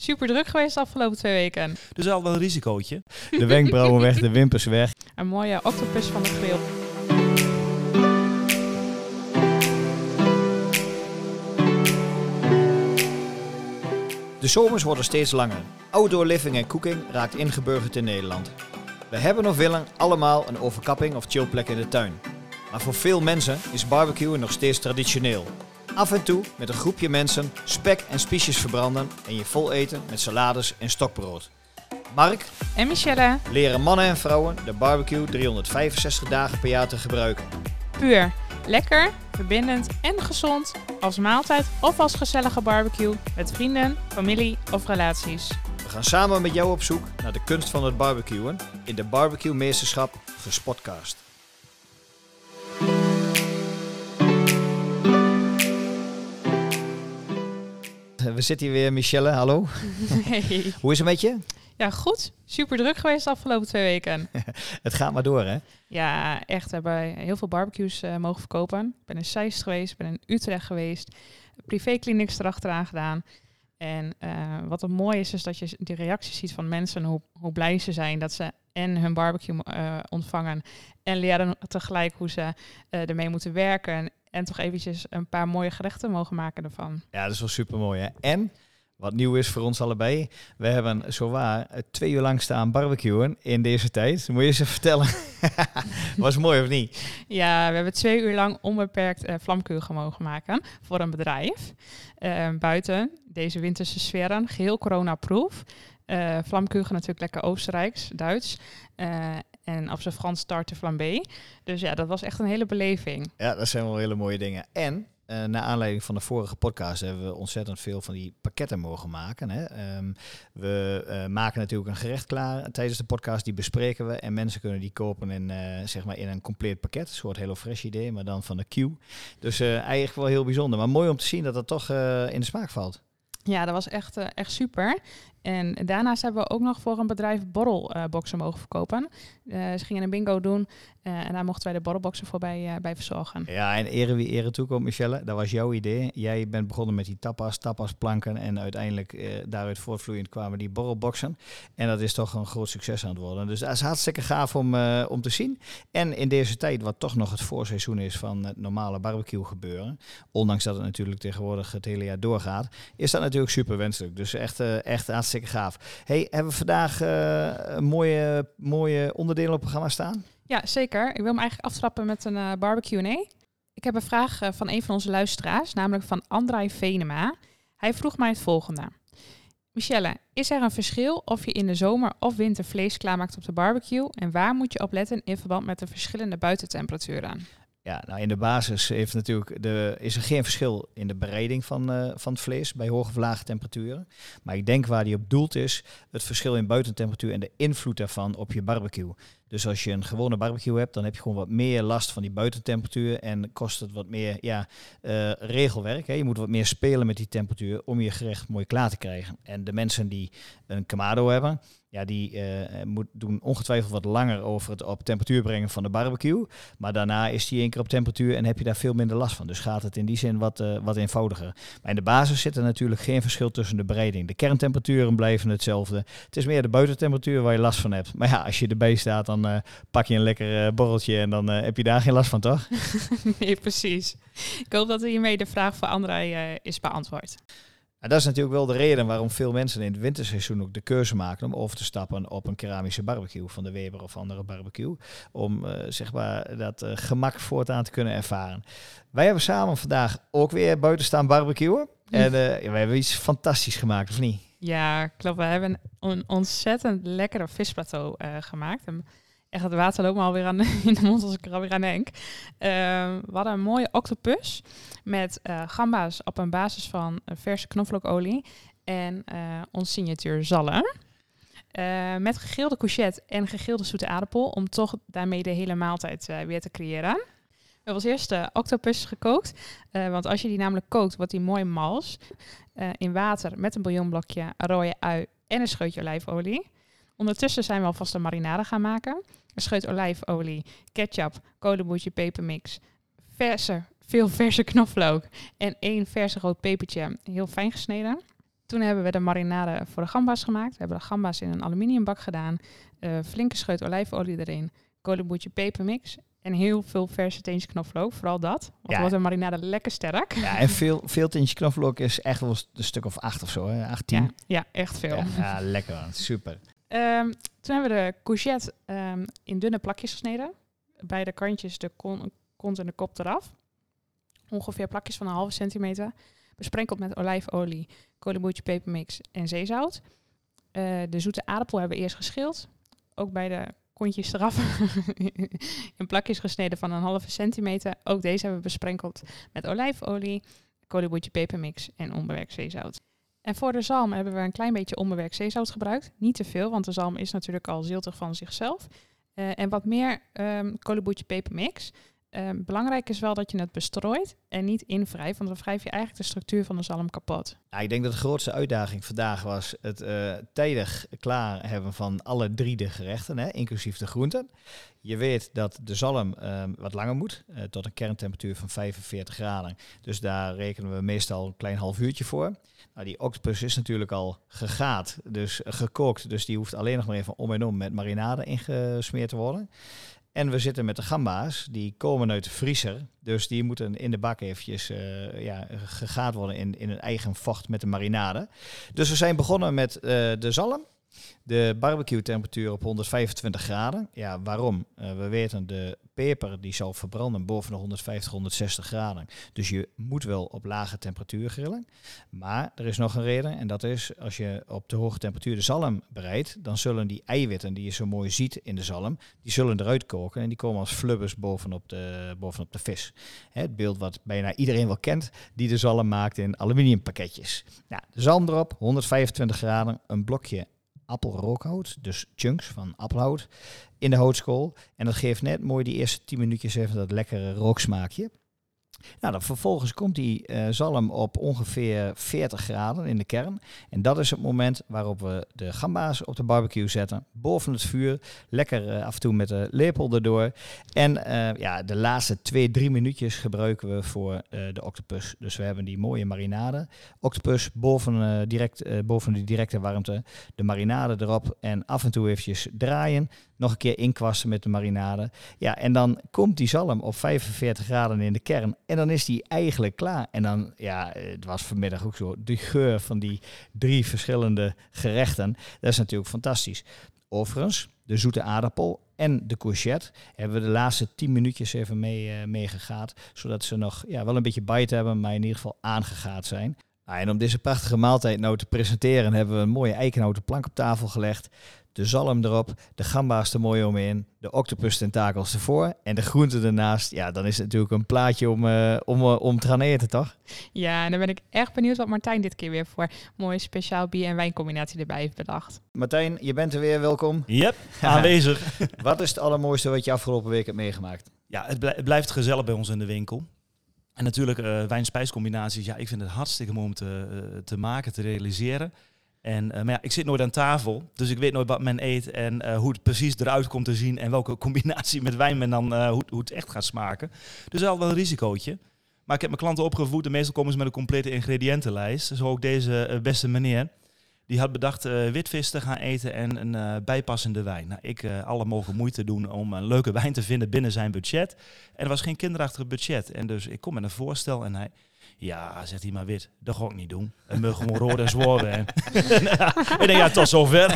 Super druk geweest de afgelopen 2 weken. Dus al wel een risicootje. De wenkbrauwen weg, de wimpers weg. Een mooie octopus van de grill. De zomers worden steeds langer. Outdoor living en cooking raakt ingeburgerd in Nederland. We hebben of willen allemaal een overkapping of chillplek in de tuin. Maar voor veel mensen is barbecuen nog steeds traditioneel. Af en toe met een groepje mensen spek en spiesjes verbranden en je vol eten met salades en stokbrood. Mark En Michelle, leren mannen en vrouwen de barbecue 365 dagen per jaar te gebruiken. puur, lekker, verbindend en gezond. Als maaltijd of als gezellige barbecue met vrienden, familie of relaties. We gaan samen met jou op zoek naar de kunst van het barbecuen in de Barbecue Meesterschap Gespotcast. We zitten hier weer, Michelle, hallo. Hey. Hoe is het met je? Ja, goed. Super druk geweest de afgelopen 2 weken. Het gaat maar door, hè? Ja, echt. We hebben heel veel barbecues mogen verkopen. Ik ben in Zeist geweest, ben in Utrecht geweest. Privéklinieks erachteraan gedaan. En wat er mooi is dat je de reacties ziet van mensen, hoe blij ze zijn dat ze en hun barbecue ontvangen. En leren tegelijk hoe ze ermee moeten werken. En toch eventjes een paar mooie gerechten mogen maken ervan. Ja, dat is wel super mooi, hè? En wat nieuw is voor ons allebei, we hebben zowaar 2 uur lang staan barbecuen in deze tijd. Moet je eens even vertellen. Was mooi of niet? Ja, we hebben 2 uur lang onbeperkt vlamkeuken mogen maken voor een bedrijf. Buiten deze winterse sferen, geheel corona-proof. Vlamkeuken natuurlijk lekker Oostenrijks, Duits. En op zijn Frans tarte flambé. Dus ja, dat was echt een hele beleving. Ja, dat zijn wel hele mooie dingen. En naar aanleiding van de vorige podcast hebben we ontzettend veel van die pakketten mogen maken. Hè. We maken natuurlijk een gerecht klaar tijdens de podcast, die bespreken we. En mensen kunnen die kopen in, zeg maar in een compleet pakket. Een soort HelloFresh idee, maar dan van de Q. Dus eigenlijk wel heel bijzonder. Maar mooi om te zien dat dat toch in de smaak valt. Ja, dat was echt super. En daarnaast hebben we ook nog voor een bedrijf borrelboxen mogen verkopen. Ze gingen een bingo doen en daar mochten wij de borrelboxen voor bij verzorgen. Ja, en ere wie ere toekomt, Michelle. Dat was jouw idee. Jij bent begonnen met die tapasplanken en uiteindelijk daaruit voortvloeiend kwamen die borrelboxen. En dat is toch een groot succes aan het worden. Dus dat is hartstikke gaaf om te zien. En in deze tijd, wat toch nog het voorseizoen is van het normale barbecue gebeuren, ondanks dat het natuurlijk tegenwoordig het hele jaar doorgaat, is dat natuurlijk super wenselijk. Dus echt hartstikke gaaf. Hey, hebben we vandaag mooie onderdelen op het programma staan? Ja, zeker. Ik wil hem eigenlijk aftrappen met een barbecue. Ik heb een vraag van een van onze luisteraars, namelijk van Andrei Venema. Hij vroeg mij het volgende. Michelle, is er een verschil of je in de zomer of winter vlees klaarmaakt op de barbecue? En waar moet je op letten in verband met de verschillende buitentemperaturen? Ja, nou in de basis is er geen verschil in de bereiding van het vlees bij hoge of lage temperaturen. Maar ik denk waar die op doelt is het verschil in buitentemperatuur en de invloed daarvan op je barbecue. Dus als je een gewone barbecue hebt, dan heb je gewoon wat meer last van die buitentemperatuur en kost het wat meer regelwerk. Hè. Je moet wat meer spelen met die temperatuur om je gerecht mooi klaar te krijgen. En de mensen die een Kamado hebben, ja, die doen ongetwijfeld wat langer over het op temperatuur brengen van de barbecue. Maar daarna is die 1 keer op temperatuur en heb je daar veel minder last van. Dus gaat het in die zin wat eenvoudiger. Maar in de basis zit er natuurlijk geen verschil tussen de bereiding. De kerntemperaturen blijven hetzelfde. Het is meer de buitentemperatuur waar je last van hebt. Maar ja, als je erbij staat, dan pak je een lekker borreltje en dan heb je daar geen last van, toch? Nee, precies. Ik hoop dat hiermee de vraag voor Andrei is beantwoord. En dat is natuurlijk wel de reden waarom veel mensen in het winterseizoen ook de keuze maken om over te stappen op een keramische barbecue van de Weber of andere barbecue. Om zeg maar dat gemak voortaan te kunnen ervaren. Wij hebben samen vandaag ook weer buiten staan barbecuen. En we hebben iets fantastisch gemaakt, of niet? Ja, klopt. We hebben een ontzettend lekkere visplateau gemaakt. En echt, het water loopt me alweer in de mond als ik er alweer aan denk. We hadden een mooie octopus met gamba's op een basis van verse knoflookolie en ons signatuur zalm. Met gegrilde courgette en gegrilde zoete aardappel om toch daarmee de hele maaltijd weer te creëren. We hebben als eerste octopus gekookt. Want als je die namelijk kookt, wordt die mooi mals. In water met een bouillonblokje, een rode ui en een scheutje olijfolie. Ondertussen zijn we alvast een marinade gaan maken. Een scheut olijfolie, ketchup, kolenboertje, pepermix, veel verse knoflook en 1 verse rood pepertje, heel fijn gesneden. Toen hebben we de marinade voor de gamba's gemaakt. We hebben de gamba's in een aluminiumbak gedaan. Flinke scheut olijfolie erin. Kolenboetje pepermix. En heel veel verse teentjes knoflook. Vooral dat. Want dan wordt de marinade lekker sterk. Ja, en veel teentjes knoflook is echt wel een stuk of 8 of zo. Hè? 18. Ja, echt veel. Ja, lekker. Super. Toen hebben we de courgette in dunne plakjes gesneden. Bij de kantjes de kont en de kop eraf. Ongeveer plakjes van 1,5 centimeter. Besprenkeld met olijfolie, kolenboetje, pepermix en zeezout. De zoete aardappel hebben we eerst geschild. Ook bij de kontjes eraf in plakjes gesneden van 1,5 centimeter. Ook deze hebben we besprenkeld met olijfolie, kolenboetje, pepermix en onbewerkt zeezout. En voor de zalm hebben we een klein beetje onbewerkt zeezout gebruikt. Niet te veel, want de zalm is natuurlijk al ziltig van zichzelf. En wat meer kolenboetje, pepermix. Belangrijk is wel dat je het bestrooit en niet invrijft, want dan wrijf je eigenlijk de structuur van de zalm kapot. Ja, ik denk dat de grootste uitdaging vandaag was het tijdig klaar hebben van alle 3 de gerechten, hè, inclusief de groenten. Je weet dat de zalm wat langer moet, tot een kerntemperatuur van 45 graden. Dus daar rekenen we meestal een klein half uurtje voor. Nou, die octopus is natuurlijk al gegaat, dus gekookt, dus die hoeft alleen nog maar even om en om met marinade ingesmeerd te worden. En we zitten met de gamba's, die komen uit de vriezer. Dus die moeten in de bak eventjes gegaat worden in een eigen vocht met de marinade. Dus we zijn begonnen met de zalm. De barbecue temperatuur op 125 graden. Ja, waarom? We weten de peper die zal verbranden boven de 150, 160 graden. Dus je moet wel op lage temperatuur grillen. Maar er is nog een reden en dat is als je op de hoge temperatuur de zalm bereidt, dan zullen die eiwitten die je zo mooi ziet in de zalm, die zullen eruit koken en die komen als flubbers bovenop de vis. Het beeld wat bijna iedereen wel kent, die de zalm maakt in aluminiumpakketjes. Nou, de zalm erop, 125 graden, een blokje appelrookhout, dus chunks van appelhout, in de houtskool. En dat geeft net mooi die eerste 10 minuutjes even dat lekkere rooksmaakje. Nou, dan vervolgens komt die zalm op ongeveer 40 graden in de kern. En dat is het moment waarop we de gamba's op de barbecue zetten. Boven het vuur. Lekker af en toe met de lepel erdoor. En de laatste 2-3 minuutjes gebruiken we voor de octopus. Dus we hebben die mooie marinade. Octopus boven de directe warmte. De marinade erop. En af en toe eventjes draaien. Nog een keer inkwasten met de marinade. Ja, en dan komt die zalm op 45 graden in de kern. En dan is die eigenlijk klaar. En dan, ja, het was vanmiddag ook zo. De geur van die 3 verschillende gerechten. Dat is natuurlijk fantastisch. Overigens, de zoete aardappel en de courgette hebben we de laatste 10 minuutjes even meegegaat. Zodat ze nog wel een beetje bite hebben, maar in ieder geval aangegaat zijn. Nou, en om deze prachtige maaltijd nou te presenteren hebben we een mooie eikenhouten plank op tafel gelegd. De zalm erop, de gamba's er mooi omheen, de octopus tentakels ervoor en de groenten ernaast. Ja, dan is het natuurlijk een plaatje om te gaan eten, toch? Ja, en dan ben ik echt benieuwd wat Martijn dit keer weer voor mooie speciaal bier- en wijncombinatie erbij heeft bedacht. Martijn, je bent er weer, welkom. Yep, aanwezig. Wat is het allermooiste wat je afgelopen week hebt meegemaakt? Ja, het blijft gezellig bij ons in de winkel. En natuurlijk wijn-spijscombinaties. Ja, ik vind het hartstikke mooi om te maken, te realiseren. Maar ja, ik zit nooit aan tafel, dus ik weet nooit wat men eet en hoe het precies eruit komt te zien en welke combinatie met wijn men dan, hoe het echt gaat smaken. Dus dat is altijd wel een risicootje. Maar ik heb mijn klanten opgevoed en meestal komen ze met een complete ingrediëntenlijst. Zo ook deze beste meneer. Die had bedacht witvis te gaan eten en een bijpassende wijn. Nou, ik alle mogen moeite doen om een leuke wijn te vinden binnen zijn budget. En er was geen kinderachtig budget. En dus ik kom met een voorstel en hij... Ja, zegt hij maar wit. Dat ga ik niet doen. En we gewoon rood en zworen. En ik denk, ja, tot zover.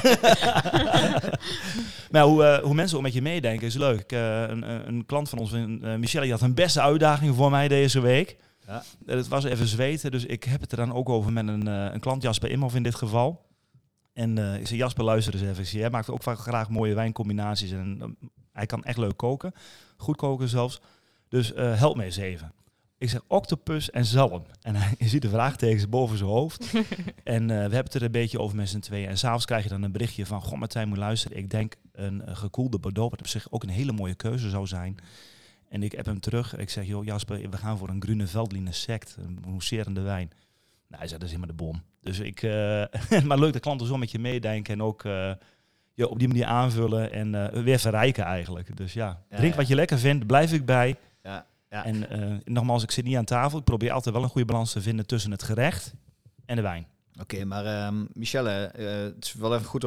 Maar hoe mensen ook met je meedenken is leuk. Een klant van ons, Michelle, die had een beste uitdaging voor mij deze week. Ja. Het was even zweten, dus ik heb het er dan ook over met een klant, Jasper Imhoff in dit geval. En ik zei, Jasper, luister eens even. Ik zei, hij maakt ook graag mooie wijncombinaties. En hij kan echt leuk koken. Goed koken zelfs. Dus help me eens even. Ik zeg octopus en zalm. En je ziet de vraagtekens boven zijn hoofd. En we hebben het er een beetje over met z'n tweeën. En s'avonds krijg je dan een berichtje van... Goh, Martijn, moet luisteren. Ik denk een gekoelde Bordeaux... wat op zich ook een hele mooie keuze zou zijn. En ik heb hem terug. Ik zeg, joh Jasper, we gaan voor een Grüne Veltliner Sekt. Een mousserende wijn. Nou, hij zei, dat is helemaal de bom. Dus maar leuk dat klanten zo met je meedenken. En ook je op die manier aanvullen. En weer verrijken eigenlijk. Dus ja, drink wat je lekker vindt. Blijf ik bij. Ja. Ja. En nogmaals, ik zit niet aan tafel. Ik probeer altijd wel een goede balans te vinden tussen het gerecht en de wijn. Oké, maar Michelle, het is wel even goed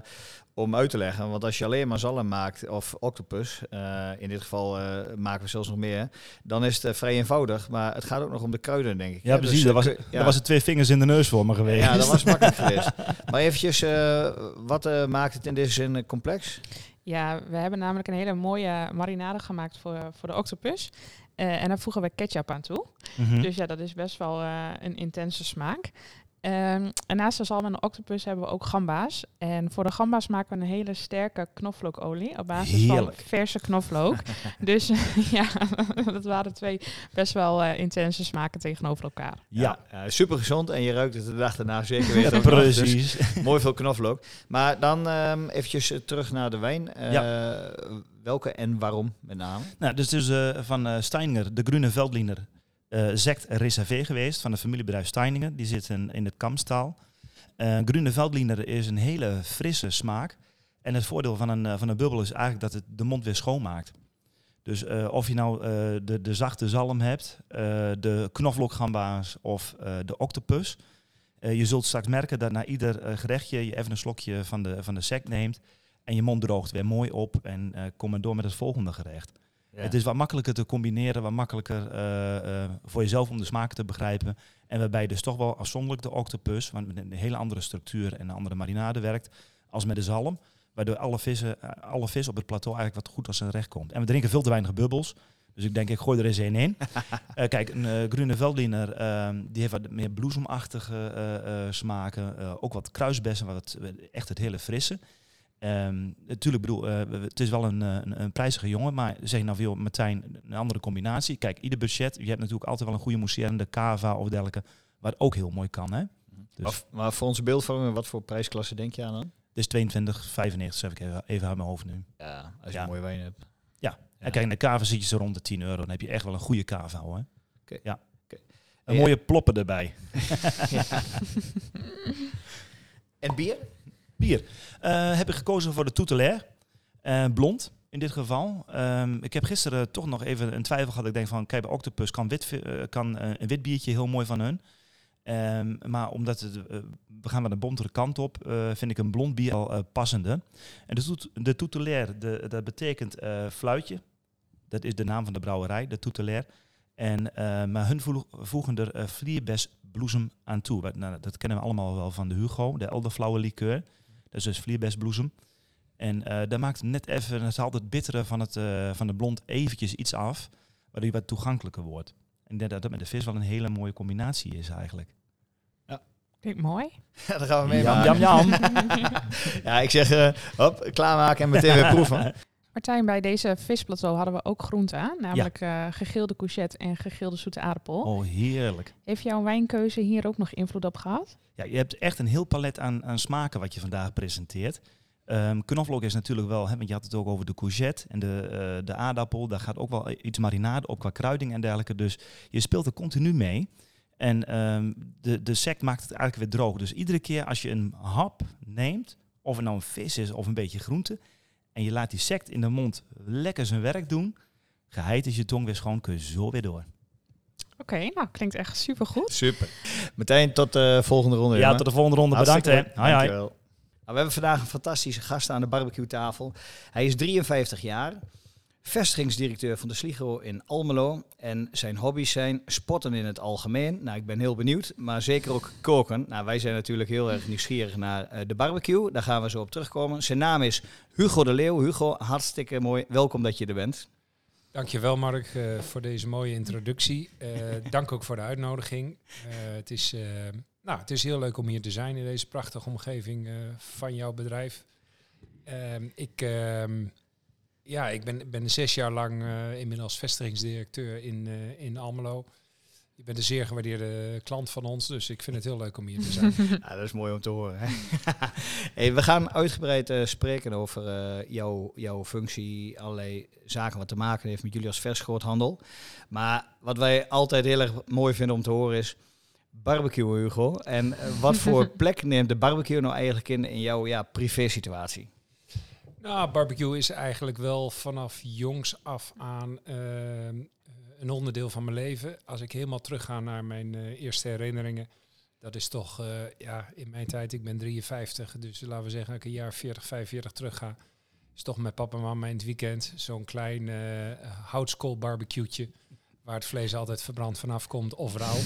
om uit te leggen. Want als je alleen maar zalm maakt of octopus, in dit geval maken we zelfs nog meer, dan is het vrij eenvoudig. Maar het gaat ook nog om de kruiden, denk ik. Ja, precies. Dus, daar was het 2 vingers in de neus voor me geweest. Ja, dat was makkelijk geweest. Maar eventjes, wat maakt het in deze zin complex? Ja, we hebben namelijk een hele mooie marinade gemaakt voor de octopus. En daar voegen we ketchup aan toe. Mhm. Dus ja, dat is best wel een intense smaak. En naast de zalm en de octopus hebben we ook gamba's. En voor de gamba's maken we een hele sterke knoflookolie op basis van verse knoflook. Dus ja, dat waren 2 best wel intense smaken tegenover elkaar. Ja. Super gezond en je ruikt het de dag daarna zeker weer. Ja, precies. Dus mooi veel knoflook. Maar dan eventjes terug naar de wijn. Welke en waarom met name? Nou, dus het is van Steininger, de Grüne Veltliner. Sect Reservé geweest van het familiebedrijf Steininger. Die zit in het Kamstal. Grüne Veltliner is een hele frisse smaak. En het voordeel van een bubbel is eigenlijk dat het de mond weer schoonmaakt. Dus of je nou de zachte zalm hebt, de knoflookgamba's of de octopus. Je zult straks merken dat na ieder gerechtje je even een slokje van de sect neemt. En je mond droogt weer mooi op en kom maar door met het volgende gerecht. Ja. Het is wat makkelijker te combineren, wat makkelijker voor jezelf om de smaken te begrijpen. En waarbij dus toch wel afzonderlijk de octopus, want met een hele andere structuur en een andere marinade werkt, als met de zalm. Waardoor alle vis op het plateau eigenlijk wat goed als zijn recht komt. En we drinken veel te weinig bubbels. Dus ik gooi er eens één in. Kijk, een Grüne Veltliner, die heeft wat meer bloesemachtige smaken. Ook wat kruisbessen, echt het hele frisse. Natuurlijk, het is wel een prijzige jongen, maar zeg je nou veel, Martijn, een andere combinatie. Kijk, ieder budget, je hebt natuurlijk altijd wel een goede mousserende cava of dergelijke, wat ook heel mooi kan. Hè? Dus. Maar voor onze beeldvorming, wat voor prijsklasse denk je aan dan? Dus 22,95, zeg ik even uit mijn hoofd nu. Ja, als je een mooie wijn hebt. Ja. En kijk, in de cava zit je zo rond de €10. Dan heb je echt wel een goede cava, hoor. Okay. Ja. Okay. Een mooie ploppen erbij. En bier? Bier. Heb ik gekozen voor de Toutelaire. Blond, in dit geval. Ik heb gisteren toch nog even een twijfel gehad. Ik denk van, kijk, bij Octopus kan een wit biertje heel mooi van hun. Maar omdat we gaan met een bontere kant op, vind ik een blond bier al passende. En de Toutelaire, dat betekent fluitje. Dat is de naam van de brouwerij, de Toutelaire. Maar hun voegen er vlierbesbloesem aan toe. Nou, dat kennen we allemaal wel van de Hugo, de elderflower liqueur. Dat is dus vlierbesbloesem. En dat maakt net even, het haalt het bittere van de blond eventjes iets af, waardoor je wat toegankelijker wordt. En ik denk dat dat met de vis wel een hele mooie combinatie is eigenlijk. Ja. Klinkt mooi. Ja, daar gaan we mee maken. Jam. Ja, ik zeg, klaarmaken en meteen weer proeven. Martijn, bij deze visplateau hadden we ook groenten aan. Namelijk gegrilde courgette en gegrilde zoete aardappel. Oh, heerlijk. Heeft jouw wijnkeuze hier ook nog invloed op gehad? Ja, je hebt echt een heel palet aan smaken wat je vandaag presenteert. Knoflook is natuurlijk wel, want je had het ook over de courgette en de aardappel. Daar gaat ook wel iets marinade op qua kruiding en dergelijke. Dus je speelt er continu mee. En de sect maakt het eigenlijk weer droog. Dus iedere keer als je een hap neemt, of het nou een vis is of een beetje groente, en je laat die sect in de mond lekker zijn werk doen, geheid is je tong weer schoon, kun je zo weer door. Oké, nou klinkt echt supergoed. Super. Meteen tot de volgende ronde. Ja, jongen. Tot de volgende ronde. Bedankt. Hoi. Nou, we hebben vandaag een fantastische gast aan de barbecue-tafel. Hij is 53 jaar, vestigingsdirecteur van de Sligro in Almelo. En zijn hobby's zijn sporten in het algemeen. Nou, ik ben heel benieuwd, maar zeker ook koken. Nou, wij zijn natuurlijk heel erg nieuwsgierig naar de barbecue. Daar gaan we zo op terugkomen. Zijn naam is Hugo de Leeuw. Hugo, hartstikke mooi. Welkom dat je er bent. Dankjewel Mark voor deze mooie introductie. Dank ook voor de uitnodiging. Het is heel leuk om hier te zijn in deze prachtige omgeving van jouw bedrijf. Ik ben 6 jaar lang inmiddels vestigingsdirecteur in Almelo. Je bent een zeer gewaardeerde klant van ons, dus ik vind het heel leuk om hier te zijn. Ja, dat is mooi om te horen. Hè? Hey, we gaan uitgebreid spreken over jouw functie, allerlei zaken wat te maken heeft met jullie als versgroothandel. Maar wat wij altijd heel erg mooi vinden om te horen is barbecue, Hugo. En wat voor plek neemt de barbecue nou eigenlijk in jouw privé situatie? Nou, barbecue is eigenlijk wel vanaf jongs af aan een onderdeel van mijn leven. Als ik helemaal terugga naar mijn eerste herinneringen, Dat is toch, in mijn tijd, ik ben 53, dus laten we zeggen dat ik een jaar 40, 45 terug ga. Is toch met papa en mama in het weekend zo'n klein houtskool barbecue'tje. Waar het vlees altijd verbrand vanaf komt of rauw.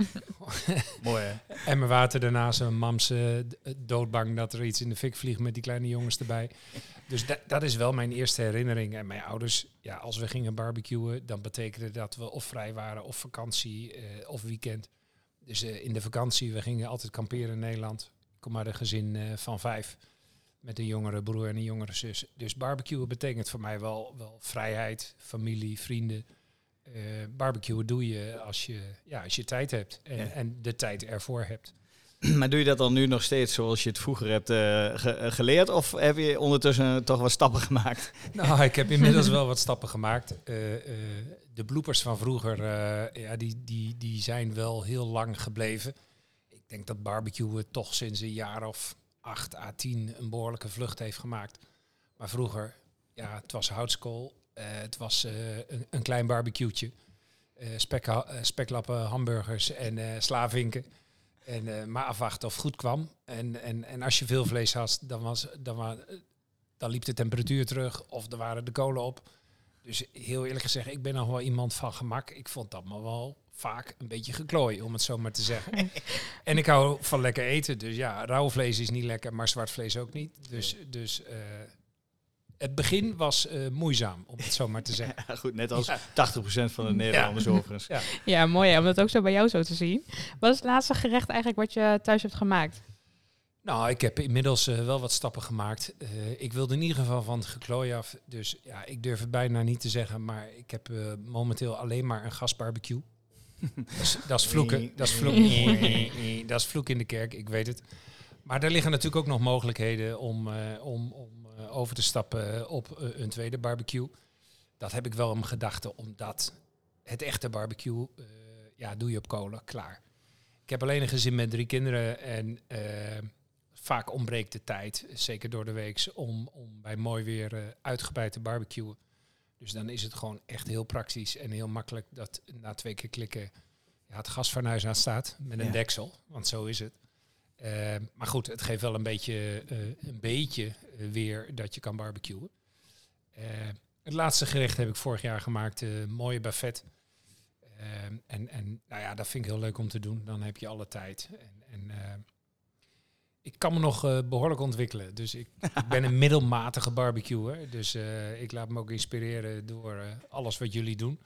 Mooi hè? En mijn water daarnaast, een mams doodbang dat er iets in de fik vliegt met die kleine jongens erbij. Dus dat is wel mijn eerste herinnering. En mijn ouders, als we gingen barbecuen, dan betekende dat we of vrij waren of vakantie of weekend. Dus in de vakantie, we gingen altijd kamperen in Nederland. Ik kom uit een gezin van 5 met een jongere broer en een jongere zus. Dus barbecuen betekent voor mij wel vrijheid, familie, vrienden. Barbecuen doe je als je tijd hebt en de tijd ervoor hebt. Maar doe je dat dan nu nog steeds zoals je het vroeger hebt geleerd? Of heb je ondertussen toch wat stappen gemaakt? Nou, ik heb inmiddels wel wat stappen gemaakt. De bloopers van vroeger, die zijn wel heel lang gebleven. Ik denk dat barbecuen toch sinds een jaar of 8 à 10 een behoorlijke vlucht heeft gemaakt. Maar vroeger, het was houtskool. Het was een klein barbecue'tje. Speklappen, hamburgers en slavinken. Maar afwachten of het goed kwam. En als je veel vlees had, dan liep de temperatuur terug of er waren de kolen op. Dus heel eerlijk gezegd, ik ben nog wel iemand van gemak. Ik vond dat maar wel vaak een beetje geklooi, om het zo maar te zeggen. En ik hou van lekker eten. Dus rauw vlees is niet lekker, maar zwart vlees ook niet. Dus het begin was moeizaam, om het zo maar te zeggen. Ja, goed, net als 80% van de Nederlanders overigens. Ja, mooi hè, om dat ook zo bij jou zo te zien. Wat is het laatste gerecht eigenlijk wat je thuis hebt gemaakt? Nou, ik heb inmiddels wel wat stappen gemaakt. Ik wilde in ieder geval van het geklooi af. Dus ik durf het bijna niet te zeggen, maar ik heb momenteel alleen maar een gasbarbecue. Dat is vloeken. Dat is vloeken in de kerk, ik weet het. Maar er liggen natuurlijk ook nog mogelijkheden om over te stappen op een tweede barbecue. Dat heb ik wel in gedachten, omdat het echte barbecue doe je op kolen, klaar. Ik heb alleen een gezin met 3 kinderen en vaak ontbreekt de tijd, zeker door de week, om bij mooi weer uitgebreid te barbecuen. Dus dan is het gewoon echt heel praktisch en heel makkelijk dat na 2 keer klikken het gasfornuis aan staat met een deksel, want zo is het. Maar goed, het geeft wel een beetje weer dat je kan barbecuen. Het laatste gerecht heb ik vorig jaar gemaakt, mooie buffet. Dat vind ik heel leuk om te doen. Dan heb je alle tijd. Ik kan me nog behoorlijk ontwikkelen. Dus ik ben een middelmatige barbecuer. Dus ik laat me ook inspireren door alles wat jullie doen.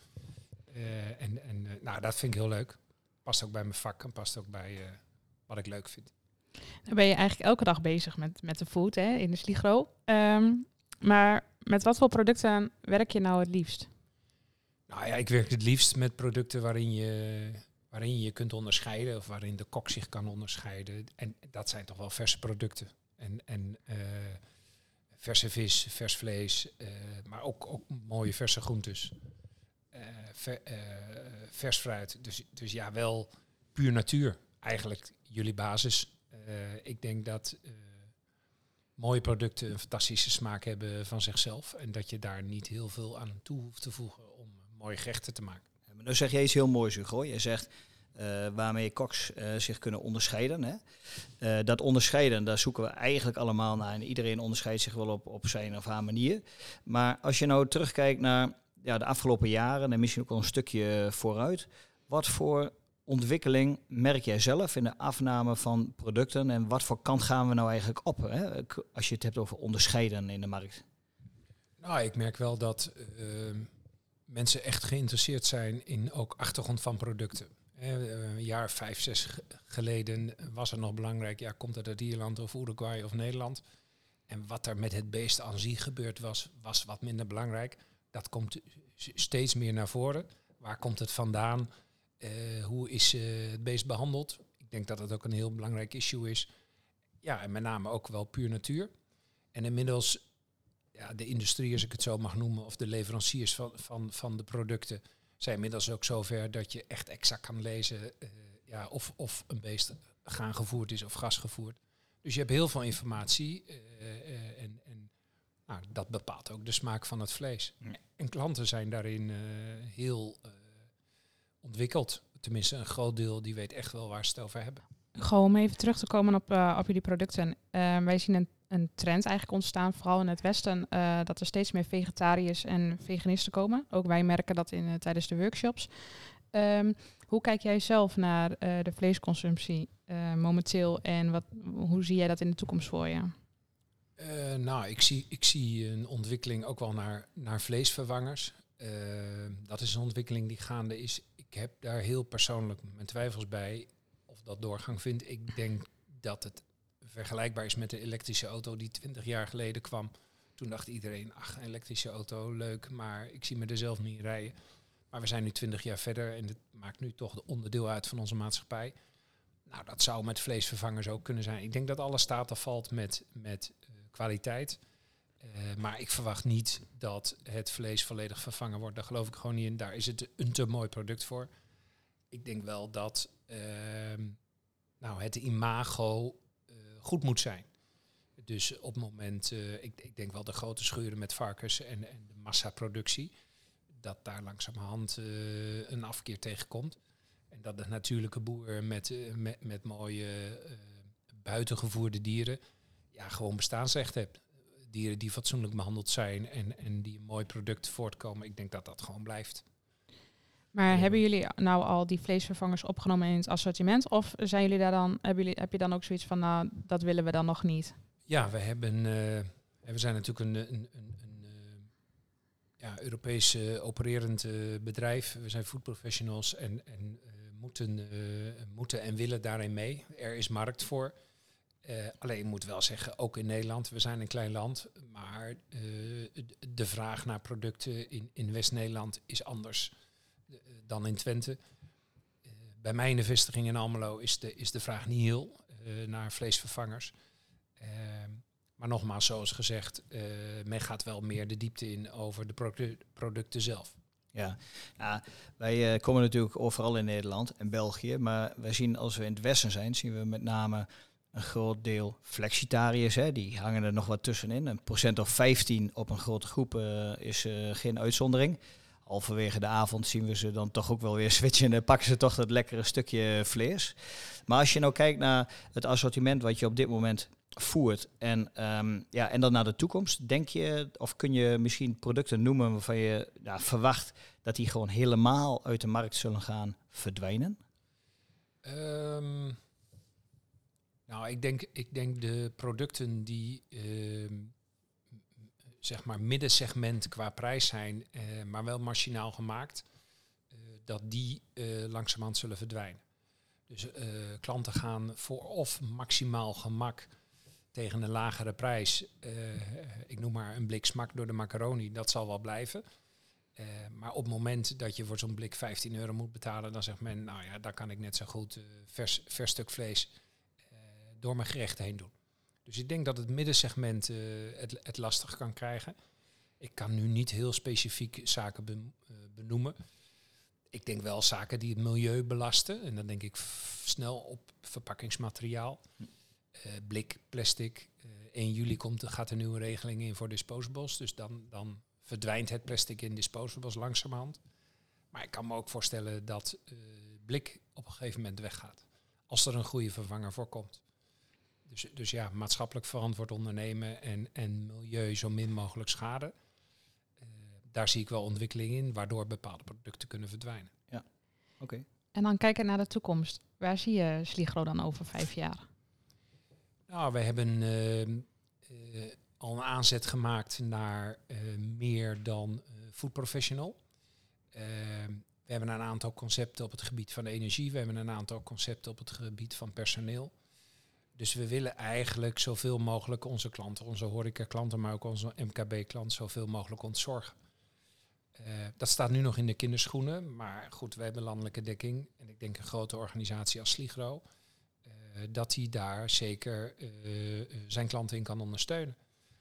Dat vind ik heel leuk. Past ook bij mijn vak en past ook bij wat ik leuk vind. Dan ben je eigenlijk elke dag bezig met de food in de Sligro. Maar met wat voor producten werk je nou het liefst? Nou ja, ik werk het liefst met producten waarin je kunt onderscheiden of waarin de kok zich kan onderscheiden. En dat zijn toch wel verse producten. En verse vis, vers vlees, maar ook mooie verse groentes. Vers fruit. Dus wel puur natuur. Eigenlijk jullie basis. Ik denk dat mooie producten een fantastische smaak hebben van zichzelf. En dat je daar niet heel veel aan toe hoeft te voegen om mooie gerechten te maken. Ja, maar nu zeg je iets heel moois, Hugo. Je zegt waarmee koks zich kunnen onderscheiden. Hè? Dat onderscheiden, daar zoeken we eigenlijk allemaal naar. En iedereen onderscheidt zich wel op zijn of haar manier. Maar als je nou terugkijkt naar de afgelopen jaren en misschien ook al een stukje vooruit. Wat voor ontwikkeling merk jij zelf in de afname van producten en wat voor kant gaan we nou eigenlijk op, hè? Als je het hebt over onderscheiden in de markt? Nou, ik merk wel dat mensen echt geïnteresseerd zijn in ook achtergrond van producten. Een jaar 5, 6 geleden was het nog belangrijk, komt het uit Ierland of Uruguay of Nederland? En wat er met het beest aan zich gebeurd was wat minder belangrijk. Dat komt steeds meer naar voren. Waar komt het vandaan? Hoe is het beest behandeld? Ik denk dat het ook een heel belangrijk issue is. Ja, en met name ook wel puur natuur. En inmiddels, de industrie, als ik het zo mag noemen, of de leveranciers van de producten, zijn inmiddels ook zover dat je echt exact kan lezen of een beest gaangevoerd is of gasgevoerd. Dus je hebt heel veel informatie en dat bepaalt ook de smaak van het vlees. Ja. En klanten zijn daarin heel ontwikkeld. Tenminste, een groot deel die weet echt wel waar ze het over hebben. Gewoon om even terug te komen op jullie producten. Wij zien een trend eigenlijk ontstaan, vooral in het Westen, dat er steeds meer vegetariërs en veganisten komen. Ook wij merken dat tijdens de workshops. Hoe kijk jij zelf naar de vleesconsumptie momenteel en hoe zie jij dat in de toekomst voor je? Ik zie een ontwikkeling ook wel naar vleesvervangers. Dat is een ontwikkeling die gaande is. Ik heb daar heel persoonlijk mijn twijfels bij of dat doorgang vindt. Ik denk dat het vergelijkbaar is met de elektrische auto die 20 jaar geleden kwam. Toen dacht iedereen, ach, een elektrische auto, leuk, maar ik zie me er zelf niet rijden. Maar we zijn nu 20 jaar verder en het maakt nu toch de onderdeel uit van onze maatschappij. Nou, dat zou met vleesvervangers ook kunnen zijn. Ik denk dat alles staat of valt met kwaliteit. Maar ik verwacht niet dat het vlees volledig vervangen wordt. Daar geloof ik gewoon niet in. Daar is het een te mooi product voor. Ik denk wel dat het imago goed moet zijn. Dus op het moment, ik denk wel de grote schuren met varkens en de massaproductie, dat daar langzamerhand een afkeer tegenkomt. En dat de natuurlijke boer met mooie buitengevoerde dieren gewoon bestaansrecht hebt. Dieren die fatsoenlijk behandeld zijn en die een mooi product voortkomen. Ik denk dat dat gewoon blijft. Maar hebben jullie nou al die vleesvervangers opgenomen in het assortiment? Of zijn jullie daar dan, heb je dan ook zoiets van, nou, dat willen we dan nog niet? Ja, we zijn natuurlijk een Europees opererend bedrijf. We zijn food professionals en moeten en willen daarin mee. Er is markt voor. Alleen ik moet wel zeggen, ook in Nederland, we zijn een klein land, maar de vraag naar producten in West-Nederland is anders dan in Twente. Bij mij in de vestiging in Almelo is de vraag niet heel naar vleesvervangers. Maar nogmaals, zoals gezegd, men gaat wel meer de diepte in over de producten zelf. Ja, wij komen natuurlijk overal in Nederland en België, maar wij zien als we in het Westen zijn, zien we met name een groot deel flexitariërs, die hangen er nog wat tussenin. Een procent of 15 op een grote groep is geen uitzondering. Halverwege de avond zien we ze dan toch ook wel weer switchen en pakken ze toch dat lekkere stukje vlees. Maar als je nou kijkt naar het assortiment wat je op dit moment voert en dan naar de toekomst, denk je of kun je misschien producten noemen waarvan je verwacht dat die gewoon helemaal uit de markt zullen gaan verdwijnen? Ik denk de producten die zeg maar middensegment qua prijs zijn, maar wel machinaal gemaakt, dat die langzamerhand zullen verdwijnen. Dus klanten gaan voor of maximaal gemak tegen een lagere prijs. Ik noem maar een blik smak door de macaroni, dat zal wel blijven. Maar op het moment dat je voor zo'n blik €15 moet betalen, dan zegt men, nou ja, daar kan ik net zo goed vers stuk vlees door mijn gerecht heen doen. Dus ik denk dat het middensegment het lastig kan krijgen. Ik kan nu niet heel specifiek zaken benoemen. Ik denk wel zaken die het milieu belasten. En dan denk ik snel op verpakkingsmateriaal. Blik, plastic. 1 juli gaat een nieuwe regeling in voor disposables. Dus dan verdwijnt het plastic in disposables langzamerhand. Maar ik kan me ook voorstellen dat blik op een gegeven moment weggaat. Als er een goede vervanger voor komt. Dus ja, maatschappelijk verantwoord ondernemen en milieu zo min mogelijk schade. Daar zie ik wel ontwikkeling in, waardoor bepaalde producten kunnen verdwijnen. Ja, oké. En dan kijken naar de toekomst. Waar zie je Sligro dan over 5 jaar? Nou, we hebben al een aanzet gemaakt naar meer dan food professional. We hebben een aantal concepten op het gebied van energie. We hebben een aantal concepten op het gebied van personeel. Dus we willen eigenlijk zoveel mogelijk onze klanten, onze horecaklanten, maar ook onze MKB-klant zoveel mogelijk ontzorgen. Dat staat nu nog in de kinderschoenen, maar goed, we hebben landelijke dekking. En ik denk een grote organisatie als Sligro, dat hij daar zeker zijn klanten in kan ondersteunen.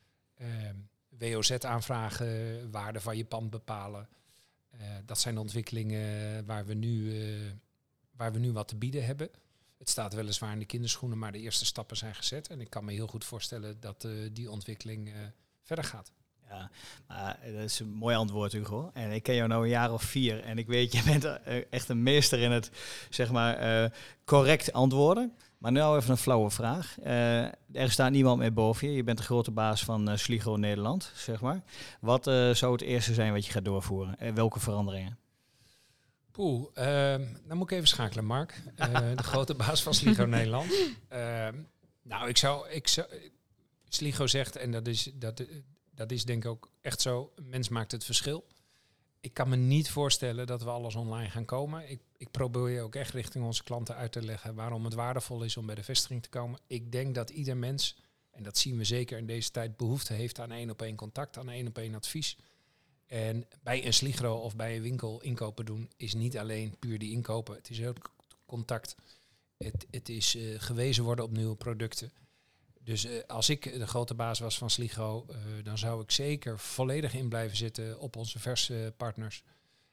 WOZ-aanvragen, waarde van je pand bepalen. Dat zijn ontwikkelingen waar we nu wat te bieden hebben. Het staat weliswaar in de kinderschoenen, maar de eerste stappen zijn gezet. En ik kan me heel goed voorstellen dat die ontwikkeling verder gaat. Ja, maar dat is een mooi antwoord, Hugo. En ik ken jou nou een jaar of 4 en ik weet, je bent echt een meester in het, zeg maar, correct antwoorden. Maar nu even een flauwe vraag. Er staat niemand meer boven je. Je bent de grote baas van Sligro Nederland, zeg maar. Wat zou het eerste zijn wat je gaat doorvoeren? Welke veranderingen? Dan moet ik even schakelen, Mark. De grote baas van Sligro Nederland. Ik zou Sligro zegt, en dat is denk ik ook echt zo, een mens maakt het verschil. Ik kan me niet voorstellen dat we alles online gaan komen. Ik probeer ook echt richting onze klanten uit te leggen waarom het waardevol is om bij de vestiging te komen. Ik denk dat ieder mens, en dat zien we zeker in deze tijd, behoefte heeft aan 1-op-1 contact, aan 1-op-1 advies. En bij een Sligro of bij een winkel inkopen doen is niet alleen puur die inkopen. Het is ook contact. Het is gewezen worden op nieuwe producten. Dus als ik de grote baas was van Sligro, dan zou ik zeker volledig in blijven zitten op onze verse partners.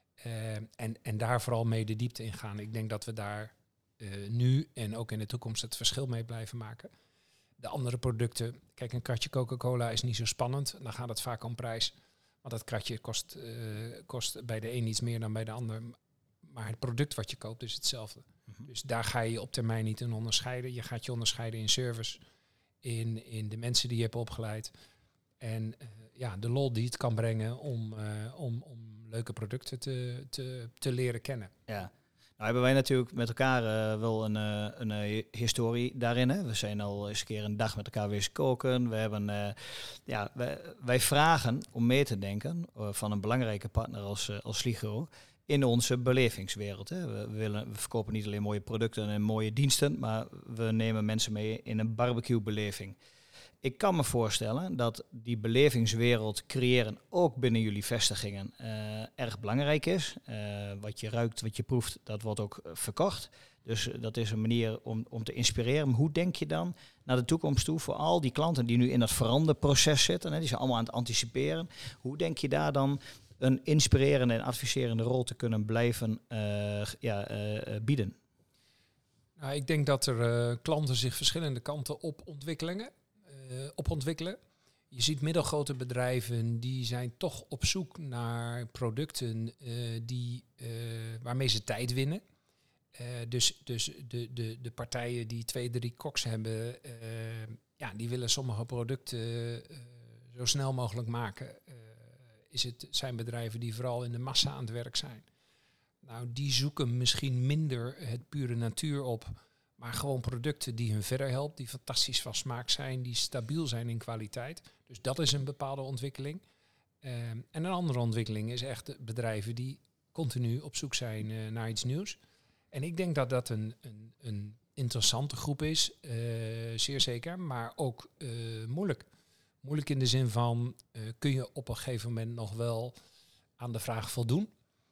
En daar vooral mee de diepte in gaan. Ik denk dat we daar nu en ook in de toekomst het verschil mee blijven maken. De andere producten, kijk, een kratje Coca-Cola is niet zo spannend. Dan gaat het vaak om prijs. Want dat kratje kost bij de een iets meer dan bij de ander. Maar het product wat je koopt is hetzelfde. Mm-hmm. Dus daar ga je op termijn niet in onderscheiden. Je gaat je onderscheiden in service, in de mensen die je hebt opgeleid. En de lol die het kan brengen om leuke producten te leren kennen. Ja. Nou hebben wij natuurlijk met elkaar wel een historie daarin. Hè. We zijn al eens een keer een dag met elkaar wezen koken. We hebben, wij vragen om mee te denken van een belangrijke partner als Sligro in onze belevingswereld. Hè. We verkopen niet alleen mooie producten en mooie diensten, maar we nemen mensen mee in een barbecue-beleving. Ik kan me voorstellen dat die belevingswereld creëren ook binnen jullie vestigingen erg belangrijk is. Wat je ruikt, wat je proeft, dat wordt ook verkocht. Dus dat is een manier om te inspireren. Maar hoe denk je dan naar de toekomst toe voor al die klanten die nu in dat veranderproces zitten? Hè, die zijn allemaal aan het anticiperen. Hoe denk je daar dan een inspirerende en adviserende rol te kunnen blijven bieden? Nou, ik denk dat er klanten zich verschillende kanten op ontwikkelen. Je ziet middelgrote bedrijven die zijn toch op zoek naar producten waarmee ze tijd winnen. Dus de partijen die 2-3 koks hebben, die willen sommige producten zo snel mogelijk maken. Zijn bedrijven die vooral in de massa aan het werk zijn. Nou, die zoeken misschien minder het pure natuur op, maar gewoon producten die hun verder helpen, die fantastisch van smaak zijn, die stabiel zijn in kwaliteit. Dus dat is een bepaalde ontwikkeling. En een andere ontwikkeling is echt de bedrijven die continu op zoek zijn naar iets nieuws. En ik denk dat dat een interessante groep is, zeer zeker, maar ook moeilijk. Moeilijk in de zin van, kun je op een gegeven moment nog wel aan de vraag voldoen?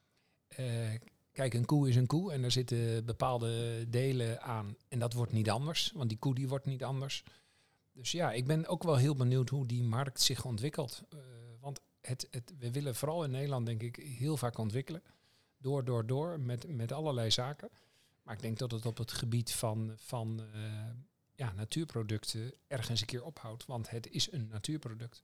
Kijk, een koe is een koe en er zitten bepaalde delen aan. En dat wordt niet anders, want die koe die wordt niet anders. Dus ja, ik ben ook wel heel benieuwd hoe die markt zich ontwikkelt. Want we willen vooral in Nederland, denk ik, heel vaak ontwikkelen. Door, met allerlei zaken. Maar ik denk dat het op het gebied van natuurproducten ergens een keer ophoudt. Want het is een natuurproduct.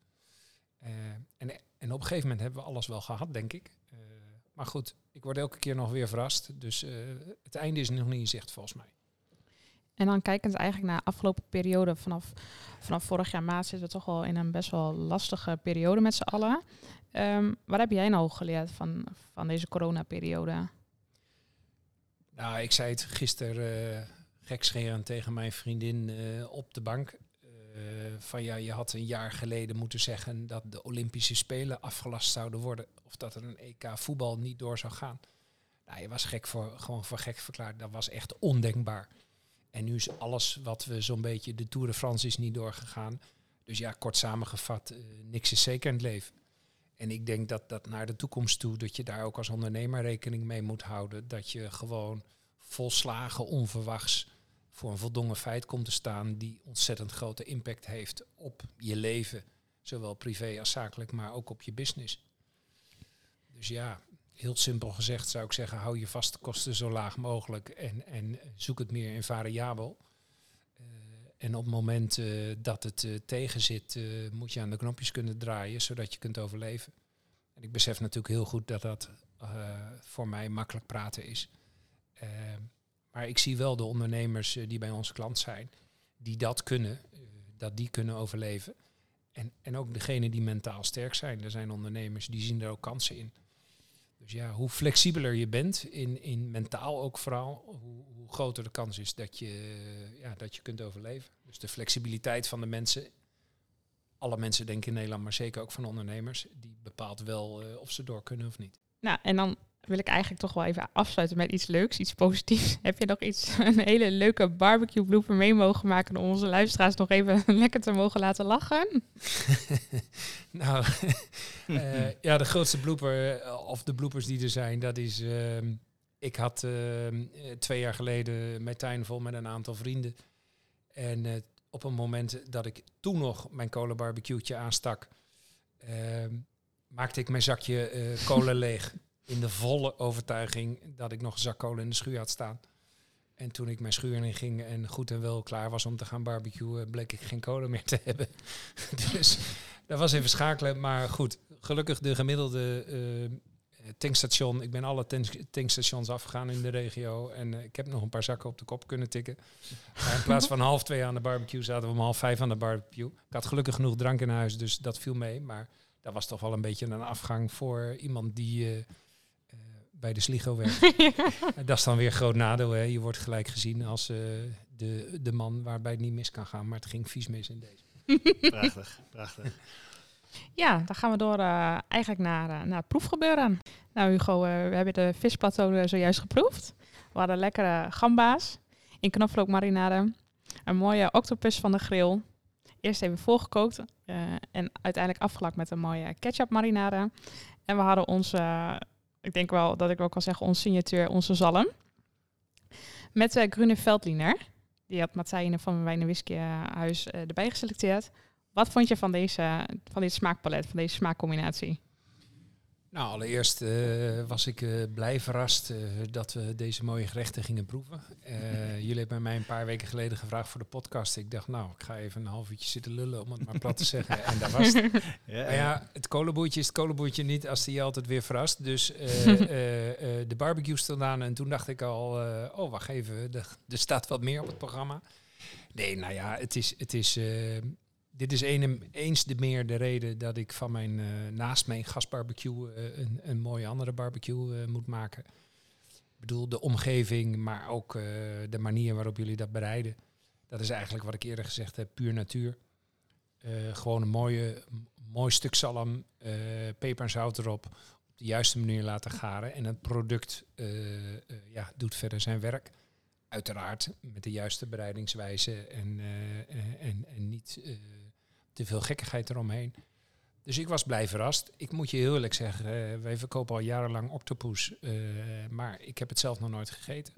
En op een gegeven moment hebben we alles wel gehad, denk ik. Maar goed, ik word elke keer nog weer verrast. Dus het einde is nog niet in zicht, volgens mij. En dan kijkend eigenlijk naar de afgelopen periode, vanaf vorig jaar maart zitten we toch wel in een best wel lastige periode met z'n allen. Wat heb jij nou geleerd van deze coronaperiode? Nou, ik zei het gisteren gekscherend tegen mijn vriendin op de bank. Je had een jaar geleden moeten zeggen dat de Olympische Spelen afgelast zouden worden. Of dat er een EK voetbal niet door zou gaan. Nou, je was gewoon voor gek verklaard. Dat was echt ondenkbaar. En nu is alles wat we zo'n beetje... De Tour de France is niet doorgegaan. Dus ja, kort samengevat, niks is zeker in het leven. En ik denk dat naar de toekomst toe, dat je daar ook als ondernemer rekening mee moet houden. Dat je gewoon volslagen onverwachts voor een voldongen feit komt te staan die ontzettend grote impact heeft op je leven. Zowel privé als zakelijk, maar ook op je business. Dus ja, heel simpel gezegd zou ik zeggen, hou je vaste kosten zo laag mogelijk en zoek het meer in variabel. En op het moment dat het tegen zit, moet je aan de knopjes kunnen draaien, zodat je kunt overleven. En ik besef natuurlijk heel goed dat voor mij makkelijk praten is. Maar ik zie wel de ondernemers die bij ons klant zijn, die dat kunnen, dat die kunnen overleven. En ook degenen die mentaal sterk zijn. Er zijn ondernemers die zien er ook kansen in. Dus ja, hoe flexibeler je bent, in mentaal ook vooral, hoe groter de kans is dat je kunt overleven. Dus de flexibiliteit van de mensen, alle mensen denken in Nederland, maar zeker ook van ondernemers, die bepaalt wel of ze door kunnen of niet. Nou, en dan wil ik eigenlijk toch wel even afsluiten met iets leuks, iets positiefs. Heb je nog een hele leuke barbecue blooper mee mogen maken om onze luisteraars nog even lekker te mogen laten lachen? Nou, de grootste blooper, of de bloopers die er zijn, dat is... ik had 2 jaar geleden mijn tuin vol met een aantal vrienden. En op een moment dat ik toen nog mijn kolenbarbecue'tje aanstak, maakte ik mijn zakje kolen leeg. In de volle overtuiging dat ik nog een zak kolen in de schuur had staan. En toen ik mijn schuur in ging en goed en wel klaar was om te gaan barbecuen, bleek ik geen kolen meer te hebben. Dus dat was even schakelen. Maar goed, gelukkig de gemiddelde tankstation. Ik ben alle tankstations afgegaan in de regio. En ik heb nog een paar zakken op de kop kunnen tikken. Maar in plaats van 1:30 aan de barbecue zaten we om 4:30 aan de barbecue. Ik had gelukkig genoeg drank in huis, dus dat viel mee. Maar dat was toch wel een beetje een afgang voor iemand die bij de Sligo werkt. Dat is dan weer een groot nadeel. Hè. Je wordt gelijk gezien als de man waarbij het niet mis kan gaan. Maar het ging vies mis in deze. Prachtig, prachtig. Ja, dan gaan we door eigenlijk naar het proefgebeuren. Nou Hugo, we hebben de visplateau zojuist geproefd. We hadden lekkere gamba's in knoflookmarinade. Een mooie octopus van de grill. Eerst even voorgekookt en uiteindelijk afgelakt met een mooie ketchupmarinade. En we hadden onze, ik denk wel dat ik ook kan zeggen, onze signatuur, onze zalm. Met Grüne Veltliner. Die had Matthijne van Wijn en Whisky Huis erbij geselecteerd. Wat vond je van dit smaakpalet, van deze smaakcombinatie? Nou, allereerst was ik blij verrast dat we deze mooie gerechten gingen proeven. Jullie hebben mij een paar weken geleden gevraagd voor de podcast. Ik dacht, nou, ik ga even een half uurtje zitten lullen, om het maar plat te zeggen. En dat was het. Maar ja, het kolenboertje is het kolenboertje niet als die je altijd weer verrast. Dus de barbecue stond aan en toen dacht ik al, wacht even, er staat wat meer op het programma. Nee, nou ja, het is dit is eens de meer de reden dat ik van naast mijn gasbarbecue een mooie andere barbecue moet maken. Ik bedoel, de omgeving, maar ook de manier waarop jullie dat bereiden. Dat is eigenlijk wat ik eerder gezegd heb, puur natuur. Gewoon een mooi stuk zalm, peper en zout erop, op de juiste manier laten garen. En het product doet verder zijn werk. Uiteraard met de juiste bereidingswijze en niet te veel gekkigheid eromheen. Dus ik was blij verrast. Ik moet je heel eerlijk zeggen, wij verkopen al jarenlang octopus, maar ik heb het zelf nog nooit gegeten.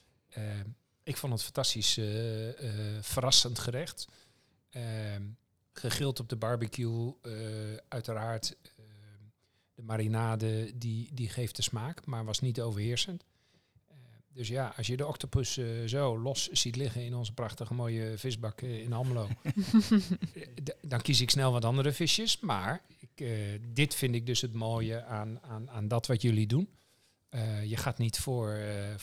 Ik vond het fantastisch verrassend gerecht. Gegrild op de barbecue, uiteraard. De marinade die geeft de smaak, maar was niet overheersend. Dus ja, als je de octopus zo los ziet liggen in onze prachtige mooie visbak in Almelo, dan kies ik snel wat andere visjes. Maar dit vind ik dus het mooie aan dat wat jullie doen. Je gaat niet voor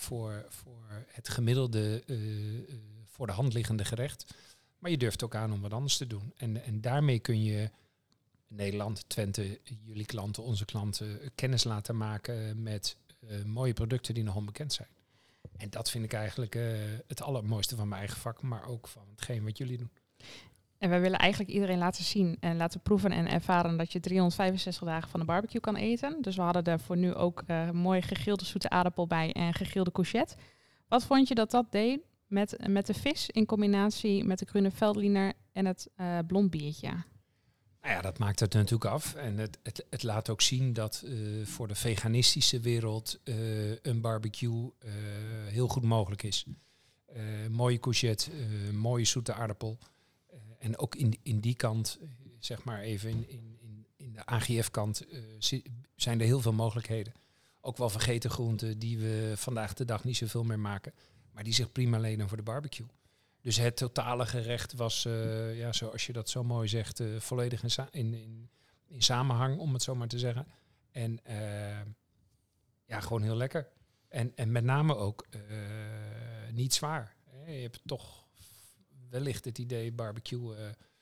het gemiddelde, voor de hand liggende gerecht. Maar je durft ook aan om wat anders te doen. En daarmee kun je Nederland, Twente, jullie klanten, onze klanten, kennis laten maken met mooie producten die nog onbekend zijn. En dat vind ik eigenlijk het allermooiste van mijn eigen vak, maar ook van hetgeen wat jullie doen. En wij willen eigenlijk iedereen laten zien en laten proeven en ervaren dat je 365 dagen van de barbecue kan eten. Dus we hadden er voor nu ook mooi gegrilde zoete aardappel bij en gegrilde courgette. Wat vond je dat deed met de vis in combinatie met de Grüne Veltliner en het blond biertje? Nou ja, dat maakt het natuurlijk af. En het laat ook zien dat voor de veganistische wereld een barbecue heel goed mogelijk is. Mooie courgette, mooie zoete aardappel. En ook in die kant, zeg maar even in de AGF-kant, zijn er heel veel mogelijkheden. Ook wel vergeten groenten die we vandaag de dag niet zoveel meer maken. Maar die zich prima lenen voor de barbecue. Dus het totale gerecht was, zoals je dat zo mooi zegt, volledig in samenhang, om het zo maar te zeggen. En gewoon heel lekker. En met name ook niet zwaar. Je hebt toch wellicht het idee barbecue.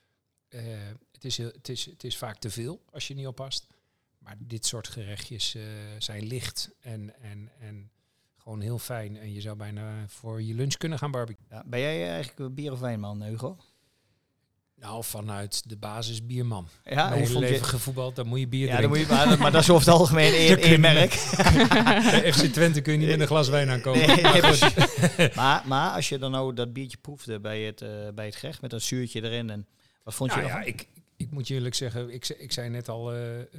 Het is vaak te veel als je niet oppast. Maar dit soort gerechtjes zijn licht en gewoon heel fijn. En je zou bijna voor je lunch kunnen gaan barbecuen. Ja, ben jij eigenlijk bier- of wijnman, Hugo? Nou, vanuit de basis bierman. Ja, Mijn hele leven gevoetbald, dan moet je bier dan drinken. moet je, maar dat is over het algemeen één merk. Bij FC Twente kun je niet met een glas wijn aankomen. Nee, precies. maar als je dan nou dat biertje proefde bij het gerecht met dat zuurtje erin, en wat vond je ervan? Ik moet je eerlijk zeggen, ik zei net al,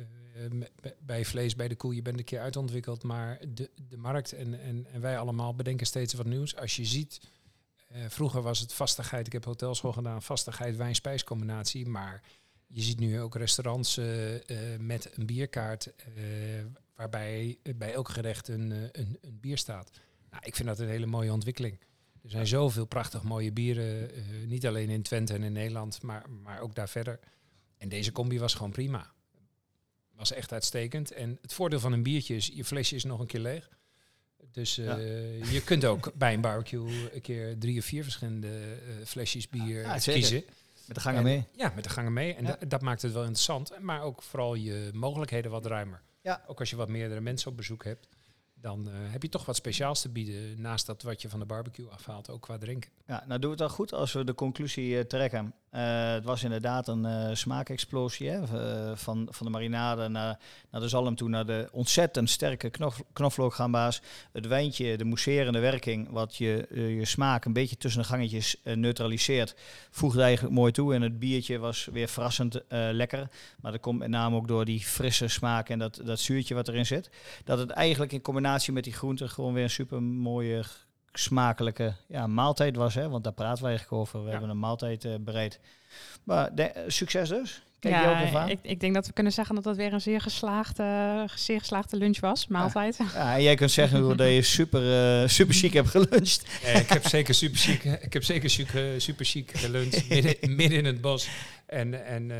bij vlees, bij de koe, je bent een keer uitontwikkeld, maar de markt en wij allemaal bedenken steeds wat nieuws. Als je ziet, vroeger was het vastigheid, ik heb hotelschool gedaan, vastigheid, wijn-spijscombinatie, maar je ziet nu ook restaurants met een bierkaart, waarbij bij elk gerecht een bier staat. Nou, ik vind dat een hele mooie ontwikkeling. Er zijn zoveel prachtig mooie bieren, niet alleen in Twente en in Nederland, maar ook daar verder. En deze combi was gewoon prima. Was echt uitstekend. En het voordeel van een biertje is, je flesje is nog een keer leeg. Dus je kunt ook bij een barbecue een keer 3 of 4 verschillende flesjes bier kiezen. Met de gangen mee. Ja, met de gangen mee. En dat maakt het wel interessant. Maar ook vooral je mogelijkheden wat ruimer. Ja. Ook als je wat meerdere mensen op bezoek hebt. Dan heb je toch wat speciaals te bieden naast dat wat je van de barbecue afhaalt, ook qua drinken. Ja, nou doen we het al goed als we de conclusie trekken. Het was inderdaad een smaakexplosie van de marinade naar de zalm toe, naar de ontzettend sterke knoflookgamba's. Het wijntje, de mousserende werking, wat je smaak een beetje tussen de gangetjes neutraliseert, voegde eigenlijk mooi toe. En het biertje was weer verrassend lekker. Maar dat komt met name ook door die frisse smaak en dat zuurtje wat erin zit. Dat het eigenlijk in combinatie met die groenten gewoon weer een super mooie smakelijke maaltijd was, hè? Want daar praten we eigenlijk over. We hebben een maaltijd bereid. Maar succes dus. Kijk je ook nog aan? Ik denk dat we kunnen zeggen dat dat weer een zeer geslaagde lunch was, maaltijd. Ja, en jij kunt zeggen dat je super chic hebt geluncht. Ik heb zeker super chic geluncht midden in het bos. En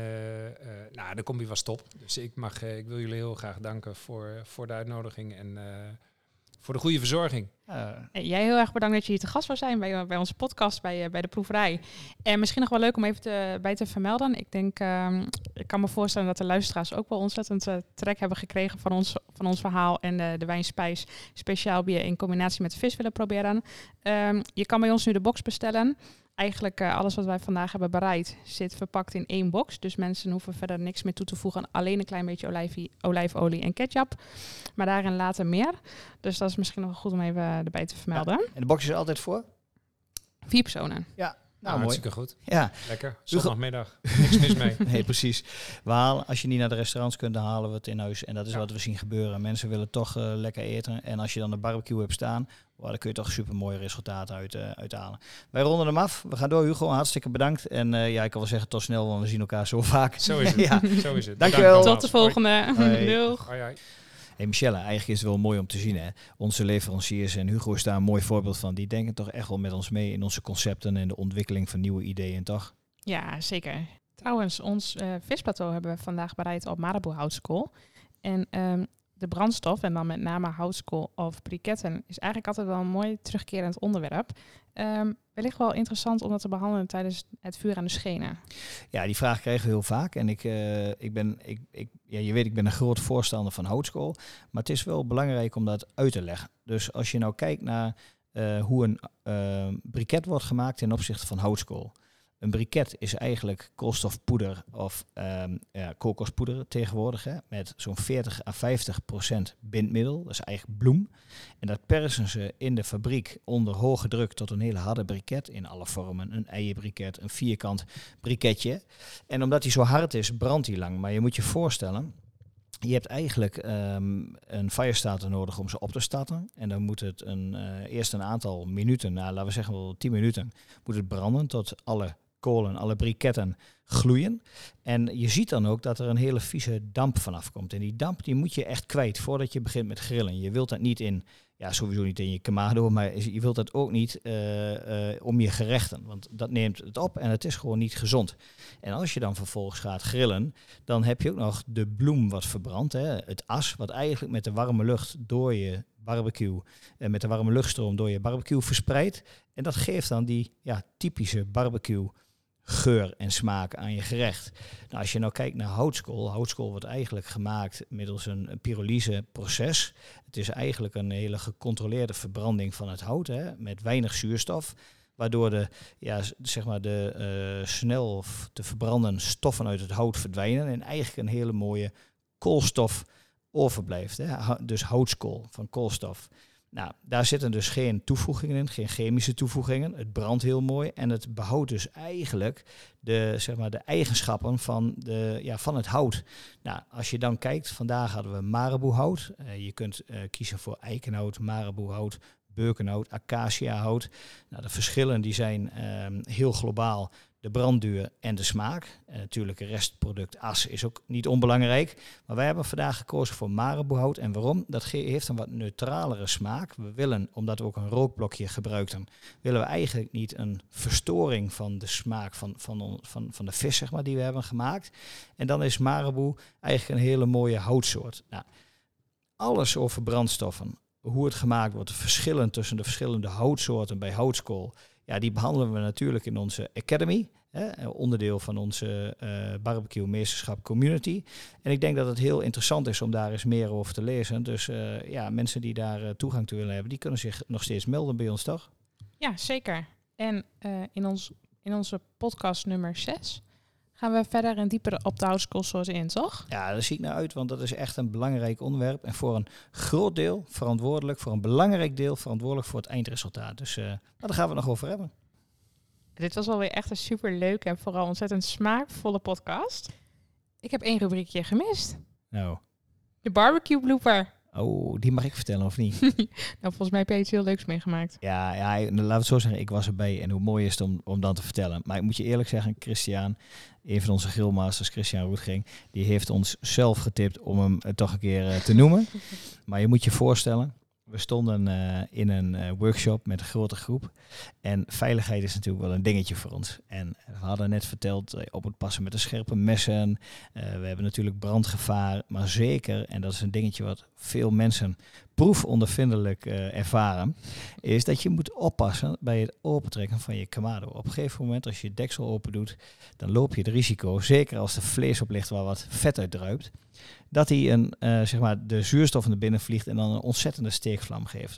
de combi was top. Dus ik wil jullie heel graag danken voor de uitnodiging en voor de goede verzorging. Jij heel erg bedankt dat je hier te gast zou zijn bij onze podcast, bij de proeverij. En misschien nog wel leuk om even bij te vermelden. Ik denk, ik kan me voorstellen dat de luisteraars ook wel ontzettend trek hebben gekregen van ons verhaal en de wijnspijs speciaal bier in combinatie met vis willen proberen. Je kan bij ons nu de box bestellen. Eigenlijk alles wat wij vandaag hebben bereid zit verpakt in 1 box. Dus mensen hoeven verder niks meer toe te voegen. Alleen een klein beetje olijfolie en ketchup. Maar daarin later meer. Dus dat is misschien nog goed om even erbij te vermelden. Ja, en de box is er altijd voor? 4 personen. Ja. Nou, hartstikke goed. Ja. Lekker. Zondagmiddag. Niks mis mee. Nee, precies. Als je niet naar de restaurants kunt, dan halen we het in huis. En dat is wat we zien gebeuren. Mensen willen toch lekker eten. En als je dan een barbecue hebt staan, dan kun je toch super mooie resultaten uithalen. Wij ronden hem af. We gaan door, Hugo. Hartstikke bedankt. En ik kan wel zeggen tot snel, want we zien elkaar zo vaak. Zo is het. Ja. Zo is het. Dankjewel. Tot de volgende. Doeg. Hoi. Hey Michelle, eigenlijk is het wel mooi om te zien. Hè? Onze leveranciers en Hugo is daar een mooi voorbeeld van. Die denken toch echt wel met ons mee in onze concepten en de ontwikkeling van nieuwe ideeën, toch? Ja, zeker. Trouwens, ons visplateau hebben we vandaag bereid op Marabou houtskool. En de brandstof, en dan met name houtskool of briketten, is eigenlijk altijd wel een mooi terugkerend onderwerp. Wellicht wel interessant om dat te behandelen tijdens het vuur aan de schenen. Ja, die vraag krijgen we heel vaak. En je weet, ik ben een groot voorstander van houtskool. Maar het is wel belangrijk om dat uit te leggen. Dus als je nou kijkt naar hoe een briket wordt gemaakt ten opzichte van houtskool. Een briket is eigenlijk koolstofpoeder of kokospoeder tegenwoordig, hè, met zo'n 40-50% bindmiddel. Dat is eigenlijk bloem. En dat persen ze in de fabriek onder hoge druk tot een hele harde briket in alle vormen. Een eierbriket, een vierkant briketje. En omdat die zo hard is, brandt die lang. Maar je moet je voorstellen, je hebt eigenlijk een firestarter nodig om ze op te starten. En dan moet het eerst een aantal minuten, laten we zeggen wel 10 minuten, moet het branden tot alle kolen, alle briketten gloeien. En je ziet dan ook dat er een hele vieze damp vanaf komt. En die damp die moet je echt kwijt voordat je begint met grillen. Je wilt dat niet sowieso niet in je kamado, maar je wilt dat ook niet om je gerechten. Want dat neemt het op en het is gewoon niet gezond. En als je dan vervolgens gaat grillen, dan heb je ook nog de bloem wat verbrandt. Hè, het as wat eigenlijk met de warme lucht door je barbecue met de warme luchtstroom door je barbecue verspreidt. En dat geeft dan die typische barbecue geur en smaak aan je gerecht. Nou, als je nou kijkt naar houtskool wordt eigenlijk gemaakt middels een pyrolyse proces. Het is eigenlijk een hele gecontroleerde verbranding van het hout, met weinig zuurstof, waardoor de snel te verbranden stoffen uit het hout verdwijnen en eigenlijk een hele mooie koolstof overblijft. Dus houtskool van koolstof. Nou, daar zitten dus geen toevoegingen in, geen chemische toevoegingen. Het brandt heel mooi en het behoudt dus eigenlijk de eigenschappen van het hout. Nou, als je dan kijkt, vandaag hadden we marabouhout. Je kunt kiezen voor eikenhout, marabouhout, beukenhout, acaciahout. Nou, de verschillen die zijn heel globaal. De brandduur en de smaak. En natuurlijk een restproduct as is ook niet onbelangrijk. Maar wij hebben vandaag gekozen voor marabouhout. En waarom? Dat heeft een wat neutralere smaak. We willen, omdat we ook een rookblokje gebruikten, willen we eigenlijk niet een verstoring van de smaak van de vis, zeg maar, die we hebben gemaakt. En dan is marabou eigenlijk een hele mooie houtsoort. Nou, alles over brandstoffen, hoe het gemaakt wordt, de verschillen tussen de verschillende houtsoorten bij houtskool. Ja, die behandelen we natuurlijk in onze Academy, onderdeel van onze barbecue meesterschap community. En ik denk dat het heel interessant is om daar eens meer over te lezen. Dus mensen die daar toegang toe willen hebben, die kunnen zich nog steeds melden bij ons, toch? Ja, zeker. En in onze podcast nummer 6 gaan we verder en dieper op de houtskoolsoorten in, toch? Ja, daar zie ik naar uit, want dat is echt een belangrijk onderwerp. En voor een groot deel verantwoordelijk, voor een belangrijk deel verantwoordelijk voor het eindresultaat. Dus daar gaan we het nog over hebben. Dit was alweer echt een super leuke en vooral ontzettend smaakvolle podcast. Ik heb 1 rubriekje gemist. Nou. De barbecue blooper. Oh, die mag ik vertellen of niet? Nou, volgens mij heb je iets heel leuks meegemaakt. Ja, laten we het zo zeggen. Ik was erbij en hoe mooi is het om dan te vertellen. Maar ik moet je eerlijk zeggen, Christian, een van onze grillmasters, Christian Roetging, die heeft ons zelf getipt om hem toch een keer te noemen. Maar je moet je voorstellen, we stonden in een workshop met een grote groep. En veiligheid is natuurlijk wel een dingetje voor ons. En we hadden net verteld, op het passen met de scherpe messen. We hebben natuurlijk brandgevaar. Maar zeker, en dat is een dingetje wat veel mensen proefondervindelijk ervaren, is dat je moet oppassen bij het opentrekken van je kamado. Op een gegeven moment, als je het deksel open doet, dan loop je het risico, zeker als er vlees op ligt waar wat vet uit druipt, dat hij de zuurstof naar binnen vliegt en dan een ontzettende steekvlam geeft.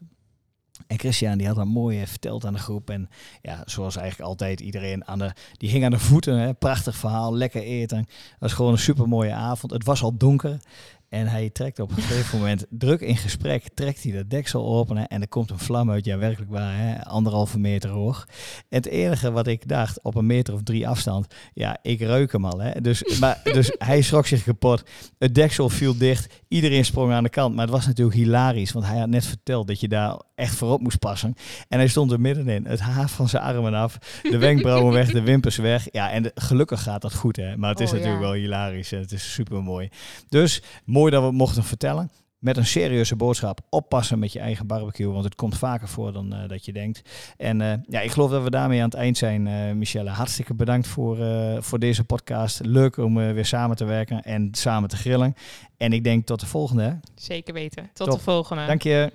En Christian die had dat mooi verteld aan de groep. En ja, zoals eigenlijk altijd iedereen die hing aan de voeten. Hè. Prachtig verhaal, lekker eten. Het was gewoon een super mooie avond. Het was al donker. En hij trekt op een gegeven moment, druk in gesprek, trekt hij dat deksel open en er komt een vlam uit, ja werkelijk waar, 1,5 meter hoog. En het enige wat ik dacht, op 1 meter of 3 afstand, ja, ik ruik hem al. Hè. Dus hij schrok zich kapot, het deksel viel dicht, iedereen sprong aan de kant. Maar het was natuurlijk hilarisch, want hij had net verteld dat je daar echt voorop moest passen. En hij stond er middenin, het haar van zijn armen af, de wenkbrauwen weg, de wimpers weg. Ja, en gelukkig gaat dat goed, hè. Maar het is natuurlijk wel hilarisch en het is super mooi. Dus mooi dat we het mochten vertellen. Met een serieuze boodschap. Oppassen met je eigen barbecue. Want het komt vaker voor dan dat je denkt. En ik geloof dat we daarmee aan het eind zijn. Michelle, hartstikke bedankt voor deze podcast. Leuk om weer samen te werken en samen te grillen. En ik denk tot de volgende. Zeker weten. Tot de volgende. Dank je.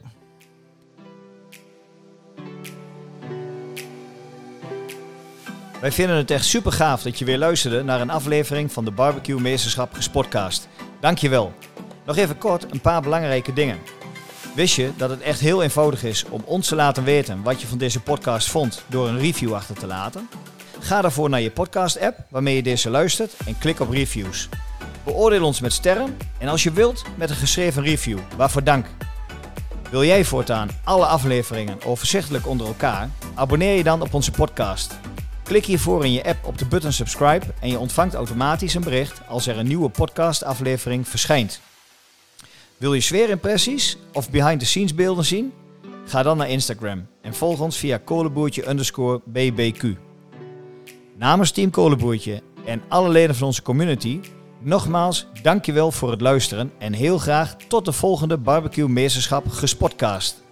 Wij vinden het echt super gaaf dat je weer luisterde naar een aflevering van de Barbecue Meesterschap Gespotcast. Dank je wel. Nog even kort een paar belangrijke dingen. Wist je dat het echt heel eenvoudig is om ons te laten weten wat je van deze podcast vond door een review achter te laten? Ga daarvoor naar je podcast-app waarmee je deze luistert en klik op reviews. Beoordeel ons met sterren en als je wilt met een geschreven review. Waarvoor dank. Wil jij voortaan alle afleveringen overzichtelijk onder elkaar? Abonneer je dan op onze podcast. Klik hiervoor in je app op de button subscribe en je ontvangt automatisch een bericht als er een nieuwe podcastaflevering verschijnt. Wil je sfeerimpressies of behind the scenes beelden zien? Ga dan naar Instagram en volg ons via kolenboertje_bbq. Namens Team Kolenboertje en alle leden van onze community, nogmaals dankjewel voor het luisteren en heel graag tot de volgende Barbecue Meesterschap Gespotcast.